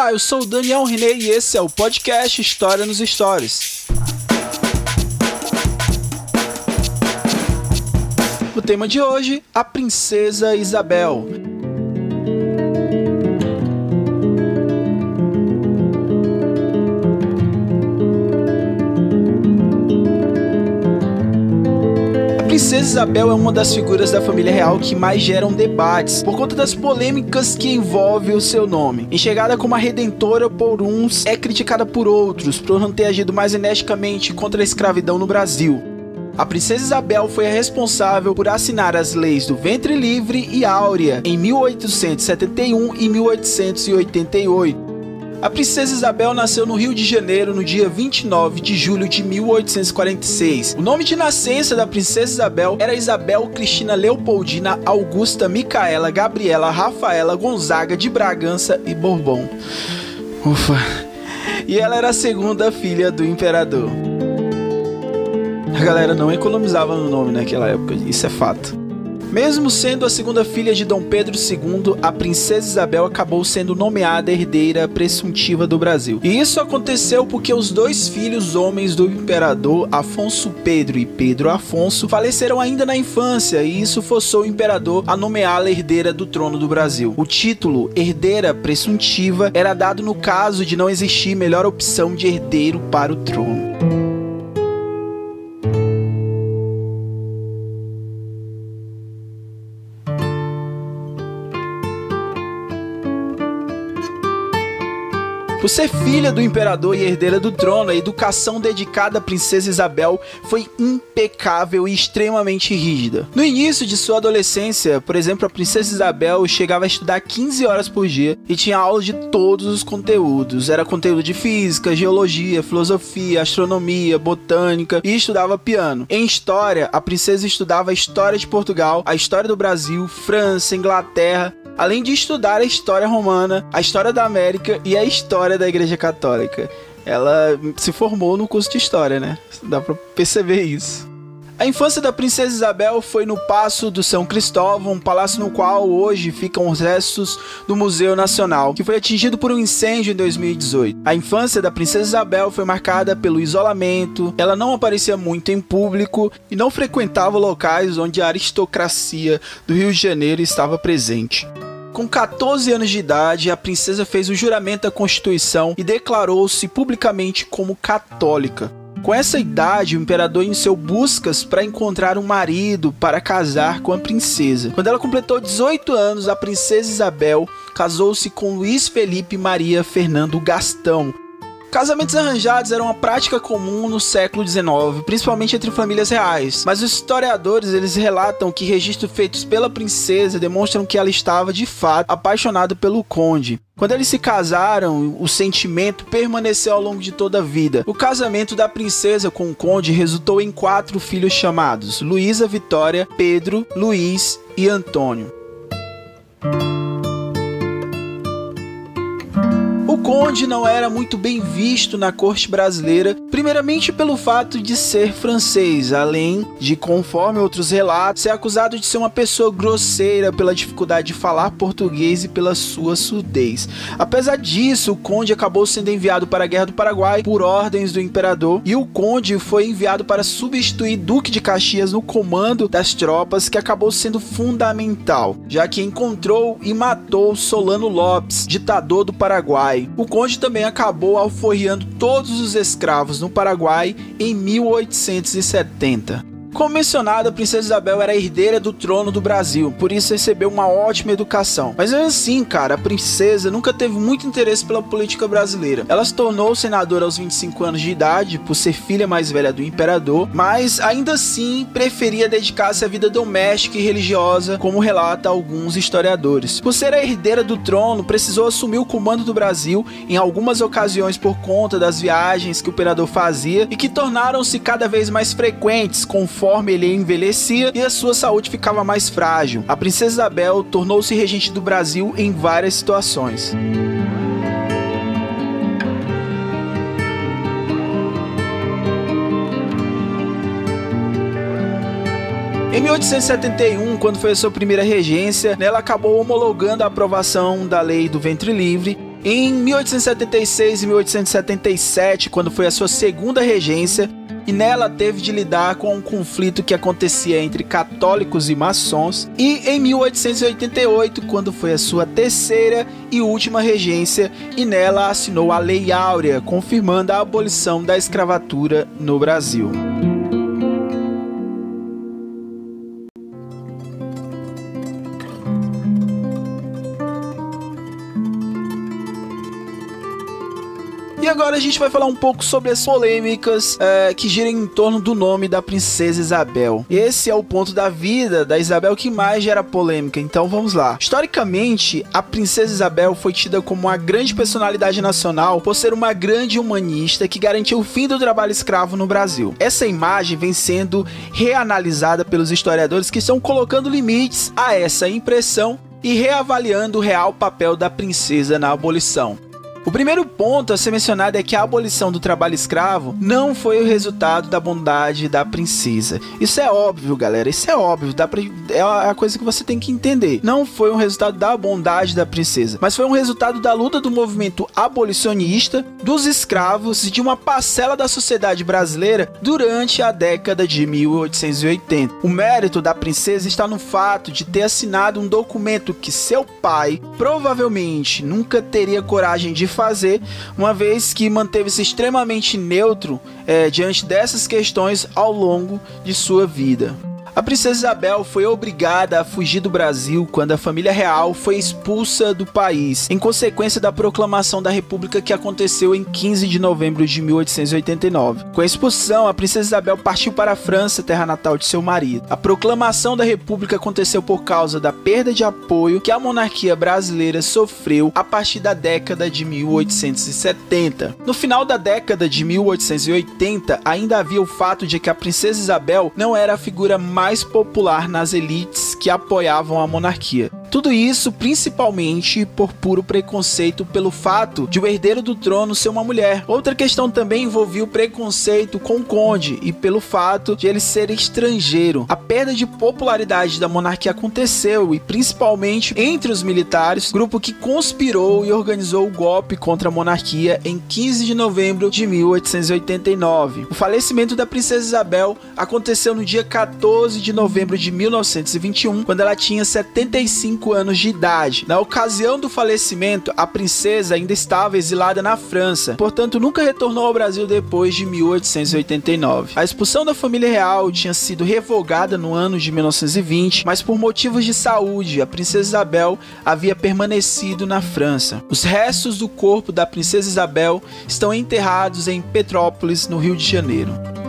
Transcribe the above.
Olá, eu sou o Daniel René e esse é o podcast História nos Stories. O tema de hoje, a Princesa Isabel. A Princesa Isabel é uma das figuras da família real que mais geram debates, por conta das polêmicas que envolvem o seu nome. Enxergada como a redentora por uns, é criticada por outros, por não ter agido mais energicamente contra a escravidão no Brasil. A Princesa Isabel foi a responsável por assinar as leis do Ventre Livre e Áurea em 1871 e 1888. A Princesa Isabel nasceu no Rio de Janeiro no dia 29 de julho de 1846. O nome de nascença da Princesa Isabel era Isabel Cristina Leopoldina Augusta Micaela Gabriela Rafaela Gonzaga de Bragança e Bourbon. Ufa! E ela era a segunda filha do imperador. A galera não economizava no nome naquela época, isso é fato. Mesmo sendo a segunda filha de Dom Pedro II, a Princesa Isabel acabou sendo nomeada herdeira presuntiva do Brasil. E isso aconteceu porque os dois filhos homens do imperador, Afonso Pedro e Pedro Afonso, faleceram ainda na infância, e isso forçou o imperador a nomeá-la herdeira do trono do Brasil. O título herdeira presuntiva era dado no caso de não existir melhor opção de herdeiro para o trono. Por ser filha do imperador e herdeira do trono, a educação dedicada à Princesa Isabel foi impecável e extremamente rígida. No início de sua adolescência, por exemplo, a Princesa Isabel chegava a estudar 15 horas por dia e tinha aula de todos os conteúdos. Era conteúdo de física, geologia, filosofia, astronomia, botânica e estudava piano. Em história, a princesa estudava a história de Portugal, a história do Brasil, França, Inglaterra, além de estudar a história romana, a história da América e a história da Igreja Católica. Ela se formou no curso de História, né? Dá pra perceber isso. A infância da Princesa Isabel foi no Paço do São Cristóvão, um palácio no qual hoje ficam os restos do Museu Nacional, que foi atingido por um incêndio em 2018. A infância da Princesa Isabel foi marcada pelo isolamento, ela não aparecia muito em público e não frequentava locais onde a aristocracia do Rio de Janeiro estava presente. Com 14 anos de idade, a princesa fez o juramento à Constituição e declarou-se publicamente como católica. Com essa idade, o imperador iniciou buscas para encontrar um marido para casar com a princesa. Quando ela completou 18 anos, a Princesa Isabel casou-se com Luiz Felipe Maria Fernando Gastão. Casamentos arranjados eram uma prática comum no século XIX, principalmente entre famílias reais. Mas os historiadores eles relatam que registros feitos pela princesa demonstram que ela estava, de fato, apaixonada pelo conde. Quando eles se casaram, o sentimento permaneceu ao longo de toda a vida. O casamento da princesa com o conde resultou em 4 filhos chamados Luísa, Vitória, Pedro, Luiz e Antônio. O conde não era muito bem visto na corte brasileira, primeiramente pelo fato de ser francês, além de, conforme outros relatos, ser acusado de ser uma pessoa grosseira pela dificuldade de falar português e pela sua surdez. Apesar disso, o conde acabou sendo enviado para a Guerra do Paraguai por ordens do imperador, e o conde foi enviado para substituir Duque de Caxias no comando das tropas, que acabou sendo fundamental, já que encontrou e matou Solano Lopes, ditador do Paraguai. O conde também acabou alforriando todos os escravos no Paraguai em 1870. Como mencionado, a Princesa Isabel era a herdeira do trono do Brasil, por isso recebeu uma ótima educação. Mas mesmo assim, cara, a princesa nunca teve muito interesse pela política brasileira. Ela se tornou senadora aos 25 anos de idade, por ser filha mais velha do imperador, mas ainda assim preferia dedicar-se à vida doméstica e religiosa, como relata alguns historiadores. Por ser a herdeira do trono, precisou assumir o comando do Brasil em algumas ocasiões por conta das viagens que o imperador fazia e que tornaram-se cada vez mais frequentes conforme ele envelhecia e a sua saúde ficava mais frágil. A Princesa Isabel tornou-se regente do Brasil em várias situações. Em 1871, quando foi a sua primeira regência, ela acabou homologando a aprovação da lei do ventre livre Em 1876 e 1877, quando foi a sua segunda regência, e nela teve de lidar com um conflito que acontecia entre católicos e maçons, e em 1888, quando foi a sua terceira e última regência, e nela assinou a Lei Áurea, confirmando a abolição da escravatura no Brasil. E agora a gente vai falar um pouco sobre as polêmicas que giram em torno do nome da princesa Isabel. Esse é o ponto da vida da Isabel que mais gera polêmica, então vamos lá. Historicamente, a princesa Isabel foi tida como uma grande personalidade nacional por ser uma grande humanista que garantiu o fim do trabalho escravo no Brasil. Essa imagem vem sendo reanalisada pelos historiadores que estão colocando limites a essa impressão e reavaliando o real papel da princesa na abolição. O primeiro ponto a ser mencionado é que a abolição do trabalho escravo não foi o resultado da bondade da princesa. Isso é óbvio, galera, isso é óbvio, é a coisa que você tem que entender. Não foi um resultado da bondade da princesa, mas foi um resultado da luta do movimento abolicionista, dos escravos e de uma parcela da sociedade brasileira durante a década de 1880. O mérito da princesa está no fato de ter assinado um documento que seu pai provavelmente nunca teria coragem de fazer, uma vez que manteve-se extremamente neutro diante dessas questões ao longo de sua vida. A princesa Isabel foi obrigada a fugir do Brasil quando a família real foi expulsa do país, em consequência da proclamação da República que aconteceu em 15 de novembro de 1889. Com a expulsão, a princesa Isabel partiu para a França, terra natal de seu marido. A proclamação da República aconteceu por causa da perda de apoio que a monarquia brasileira sofreu a partir da década de 1870. No final da década de 1880, ainda havia o fato de que a princesa Isabel não era a figura mais popular nas elites que apoiavam a monarquia. Tudo isso principalmente por puro preconceito pelo fato de o herdeiro do trono ser uma mulher. Outra questão também envolvia o preconceito com o conde e pelo fato de ele ser estrangeiro. A perda de popularidade da monarquia aconteceu e principalmente entre os militares, grupo que conspirou e organizou o golpe contra a monarquia em 15 de novembro de 1889. O falecimento da princesa Isabel aconteceu no dia 14 de novembro de 1921, quando ela tinha 75 anos de idade. Na ocasião do falecimento, a princesa ainda estava exilada na França, portanto nunca retornou ao Brasil depois de 1889. A expulsão da família real tinha sido revogada no ano de 1920, mas por motivos de saúde, a princesa Isabel havia permanecido na França. Os restos do corpo da princesa Isabel estão enterrados em Petrópolis, no Rio de Janeiro.